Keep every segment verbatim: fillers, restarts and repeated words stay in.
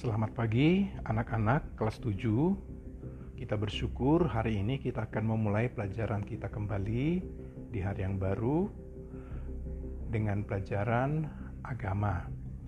Selamat pagi anak-anak kelas tujuh. Kita bersyukur hari ini kita akan memulai pelajaran kita kembali di hari yang baru dengan pelajaran agama.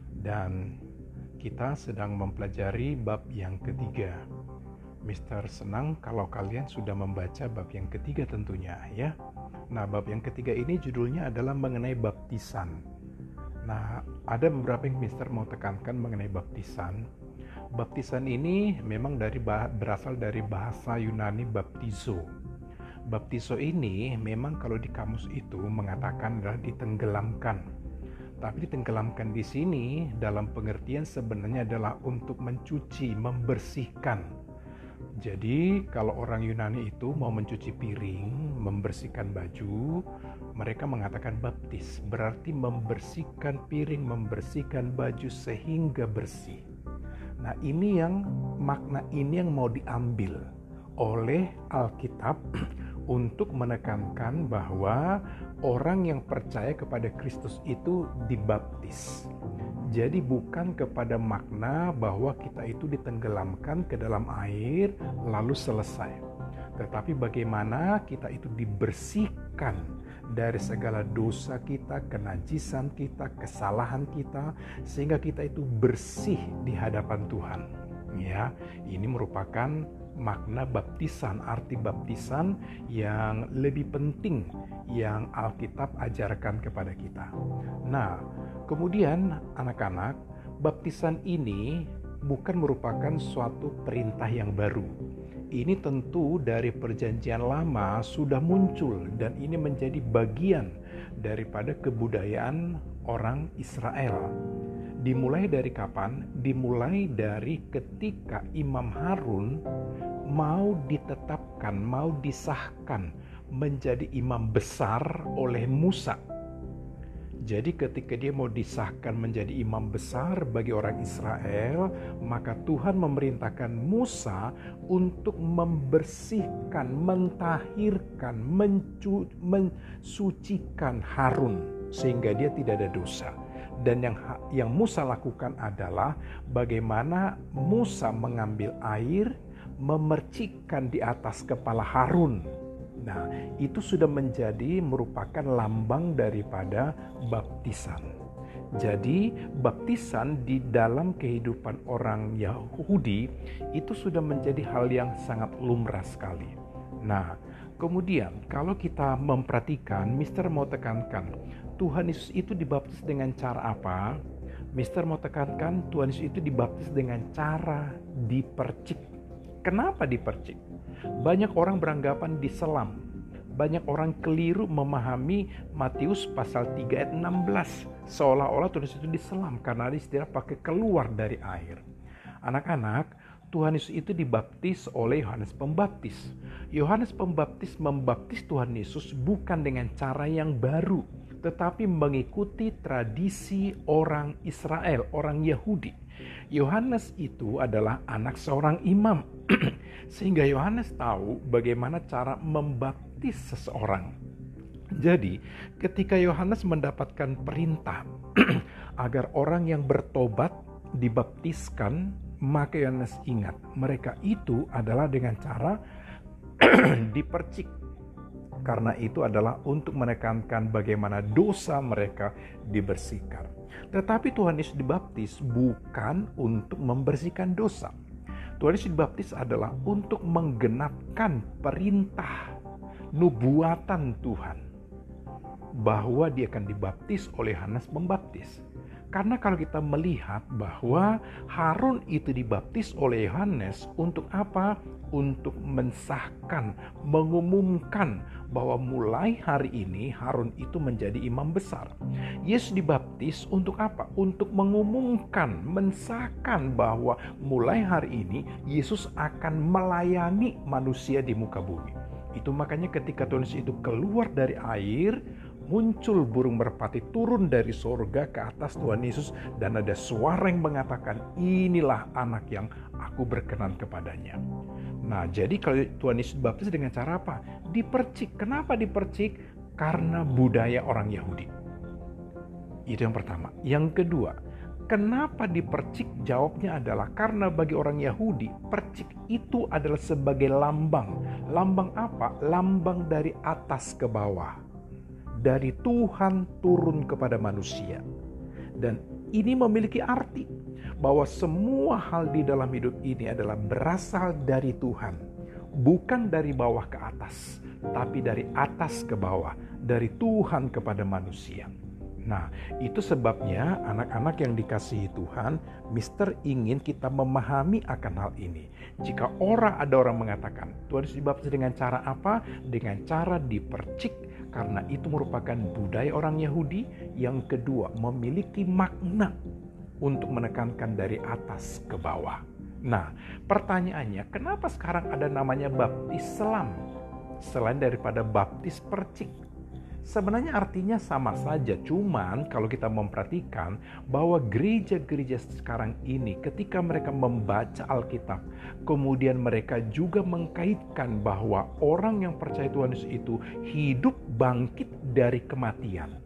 Dan kita sedang mempelajari bab yang ketiga. Mister senang kalau kalian sudah membaca bab yang ketiga tentunya ya. Nah, bab yang ketiga ini judulnya adalah mengenai baptisan. Nah, ada beberapa yang Mister mau tekankan mengenai baptisan. Baptisan ini memang dari berasal dari bahasa Yunani baptizo. Baptizo ini memang kalau di kamus itu mengatakan adalah ditenggelamkan. Tapi ditenggelamkan di sini dalam pengertian sebenarnya adalah untuk mencuci, membersihkan. Jadi kalau orang Yunani itu mau mencuci piring, membersihkan baju, mereka mengatakan baptis, berarti membersihkan piring, membersihkan baju sehingga bersih. Nah, ini yang makna ini yang mau diambil oleh Alkitab untuk menekankan bahwa orang yang percaya kepada Kristus itu dibaptis. Jadi bukan kepada makna bahwa kita itu ditenggelamkan ke dalam air lalu selesai. Tetapi bagaimana kita itu dibersihkan dari segala dosa kita, kenajisan kita, kesalahan kita, sehingga kita itu bersih di hadapan Tuhan. Ya, ini merupakan makna baptisan, arti baptisan yang lebih penting yang Alkitab ajarkan kepada kita. Nah, kemudian anak-anak, baptisan ini bukan merupakan suatu perintah yang baru. Ini tentu dari perjanjian lama sudah muncul dan ini menjadi bagian daripada kebudayaan orang Israel. Dimulai dari kapan? Dimulai dari ketika Imam Harun mau ditetapkan, mau disahkan menjadi imam besar oleh Musa. Jadi ketika dia mau disahkan menjadi imam besar bagi orang Israel, maka Tuhan memerintahkan Musa untuk membersihkan, mentahirkan, mencu, mensucikan Harun sehingga dia tidak ada dosa. Dan yang yang Musa lakukan adalah bagaimana Musa mengambil air, memercikkan di atas kepala Harun. Nah, itu sudah menjadi merupakan lambang daripada baptisan. Jadi, baptisan di dalam kehidupan orang Yahudi itu sudah menjadi hal yang sangat lumrah sekali. Nah, kemudian kalau kita memperhatikan, Mister mau tekankan, Tuhan Yesus itu dibaptis dengan cara apa? Mister mau tekankan, Tuhan Yesus itu dibaptis dengan cara dipercik. Kenapa dipercik? Banyak orang beranggapan diselam. Banyak orang keliru memahami Matius pasal tiga ayat enam belas. Seolah-olah Tuhan Yesus itu diselam karena dia pakai keluar dari air. Anak-anak, Tuhan Yesus itu dibaptis oleh Yohanes Pembaptis. Yohanes Pembaptis membaptis Tuhan Yesus bukan dengan cara yang baru, tetapi mengikuti tradisi orang Israel, orang Yahudi. Yohanes itu adalah anak seorang imam. Sehingga Yohanes tahu bagaimana cara membaptis seseorang. Jadi, ketika Yohanes mendapatkan perintah agar orang yang bertobat dibaptiskan, maka Yohanes ingat, mereka itu adalah dengan cara dipercik. Karena itu adalah untuk menekankan bagaimana dosa mereka dibersihkan. Tetapi Tuhan Yesus dibaptis bukan untuk membersihkan dosa. Tuhan Yesus dibaptis adalah untuk menggenapkan perintah nubuatan Tuhan bahwa dia akan dibaptis oleh Yohanes Pembaptis. Karena kalau kita melihat bahwa Harun itu dibaptis oleh Yohanes untuk apa? Untuk mensahkan, mengumumkan bahwa mulai hari ini Harun itu menjadi imam besar. Yesus dibaptis untuk apa? Untuk mengumumkan, mensahkan bahwa mulai hari ini Yesus akan melayani manusia di muka bumi. Itu makanya ketika Tuhan Yesus itu keluar dari air, muncul burung merpati turun dari sorga ke atas Tuhan Yesus dan ada suara yang mengatakan, inilah anak yang aku berkenan kepadanya. Nah, jadi kalau Tuhan Yesus baptis dengan cara apa? Dipercik. Kenapa dipercik? Karena budaya orang Yahudi. Itu yang pertama. Yang kedua, Kenapa dipercik? Jawabnya adalah karena bagi orang Yahudi, percik itu adalah sebagai lambang. Lambang apa? Lambang dari atas ke bawah. Dari Tuhan turun kepada manusia. Dan ini memiliki arti bahwa semua hal di dalam hidup ini adalah berasal dari Tuhan. Bukan dari bawah ke atas, tapi dari atas ke bawah. Dari Tuhan kepada manusia. Nah, itu sebabnya anak-anak yang dikasihi Tuhan, Mister ingin kita memahami akan hal ini. Jika orang ada orang mengatakan, Tuhan Yesus dibaptis dengan cara apa? Dengan cara dipercik, karena itu merupakan budaya orang Yahudi. Yang kedua, memiliki makna untuk menekankan dari atas ke bawah. Nah, pertanyaannya, kenapa sekarang ada namanya baptis selam selain daripada baptis percik? Sebenarnya artinya sama saja, cuman kalau kita memperhatikan bahwa gereja-gereja sekarang ini ketika mereka membaca Alkitab, kemudian mereka juga mengkaitkan bahwa orang yang percaya Tuhan Yesus itu hidup bangkit dari kematian.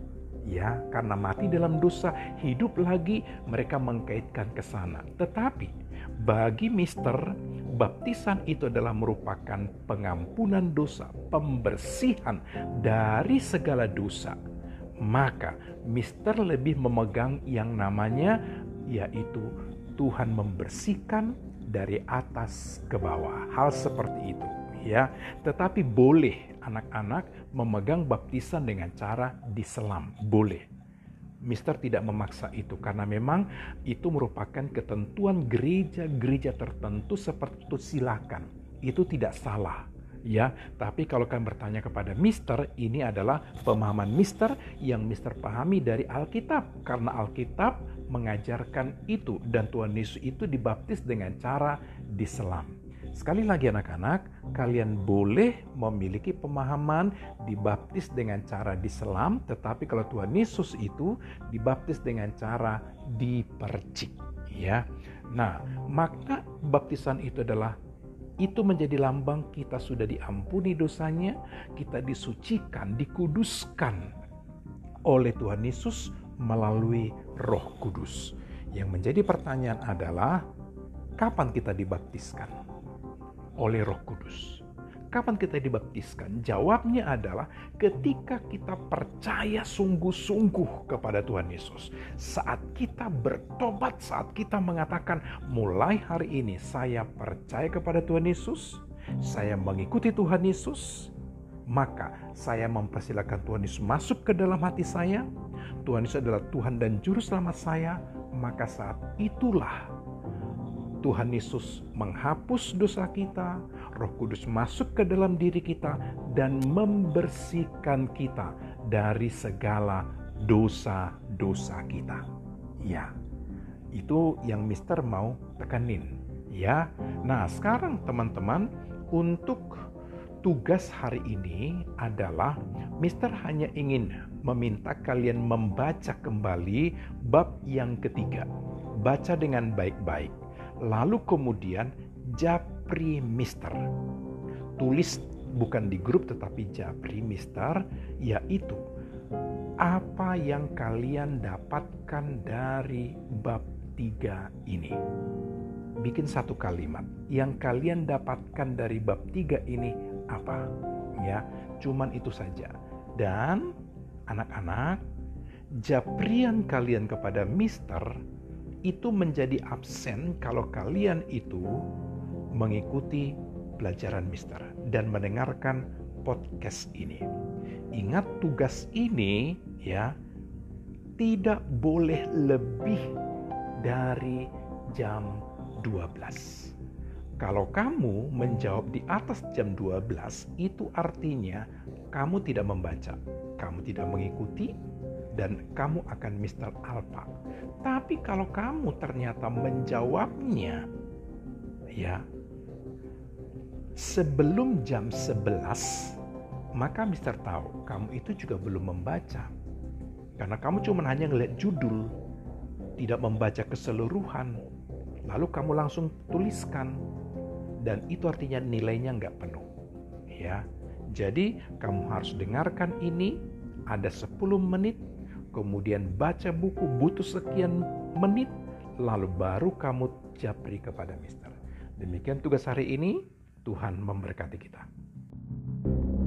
Ya, karena mati dalam dosa, hidup lagi, mereka mengkaitkan ke sana. Tetapi bagi Mister, baptisan itu adalah merupakan pengampunan dosa, pembersihan dari segala dosa. Maka Mister lebih memegang yang namanya yaitu Tuhan membersihkan dari atas ke bawah. Hal seperti itu, ya. Tetapi boleh anak-anak memegang baptisan dengan cara diselam, boleh. Mister tidak memaksa itu karena memang itu merupakan ketentuan gereja-gereja tertentu seperti itu, silakan. Itu tidak salah, ya. Tapi kalau kalian bertanya kepada Mister, ini adalah pemahaman Mister yang Mister pahami dari Alkitab, karena Alkitab mengajarkan itu dan Tuhan Yesus itu dibaptis dengan cara diselam. Sekali lagi anak-anak, kalian boleh memiliki pemahaman dibaptis dengan cara diselam, tetapi kalau Tuhan Yesus itu dibaptis dengan cara dipercik, ya. Nah, makna baptisan itu adalah itu menjadi lambang kita sudah diampuni dosanya, kita disucikan, dikuduskan oleh Tuhan Yesus melalui Roh Kudus. Yang menjadi pertanyaan adalah, kapan kita dibaptiskan oleh Roh Kudus? Kapan kita dibaptiskan? Jawabnya adalah ketika kita percaya sungguh-sungguh kepada Tuhan Yesus. Saat kita bertobat, saat kita mengatakan, mulai hari ini saya percaya kepada Tuhan Yesus, saya mengikuti Tuhan Yesus, maka saya mempersilakan Tuhan Yesus masuk ke dalam hati saya. Tuhan Yesus adalah Tuhan dan Juru Selamat saya. Maka saat itulah Tuhan Yesus menghapus dosa kita, Roh Kudus masuk ke dalam diri kita dan membersihkan kita dari segala dosa-dosa kita. Ya, itu yang Mister mau tekanin, ya. Nah, sekarang teman-teman, untuk tugas hari ini adalah Mister hanya ingin meminta kalian membaca kembali bab yang ketiga. Baca dengan baik-baik. Lalu kemudian japri Mister. Tulis bukan di grup tetapi japri Mister, yaitu apa yang kalian dapatkan dari bab tiga ini. Bikin satu kalimat. Yang kalian dapatkan dari bab tiga ini apa? Ya, cuman itu saja. Dan anak-anak, japrian kalian kepada Mister itu menjadi absen kalau kalian itu mengikuti pelajaran Mister dan mendengarkan podcast ini. Ingat, tugas ini ya tidak boleh lebih dari jam dua belas. Kalau kamu menjawab di atas jam dua belas, itu artinya kamu tidak membaca, kamu tidak mengikuti, dan kamu akan Mister Alpha. Tapi kalau kamu ternyata menjawabnya ya sebelum jam sebelas, maka Mister tahu kamu itu juga belum membaca. Karena kamu cuma hanya ngeliat judul, tidak membaca keseluruhan. Lalu kamu langsung tuliskan, dan itu artinya nilainya nggak penuh. Ya, jadi kamu harus dengarkan ini, ada sepuluh menit. kemudian baca buku butuh sekian menit, lalu baru kamu japri kepada Mister. Demikian tugas hari ini, Tuhan memberkati kita.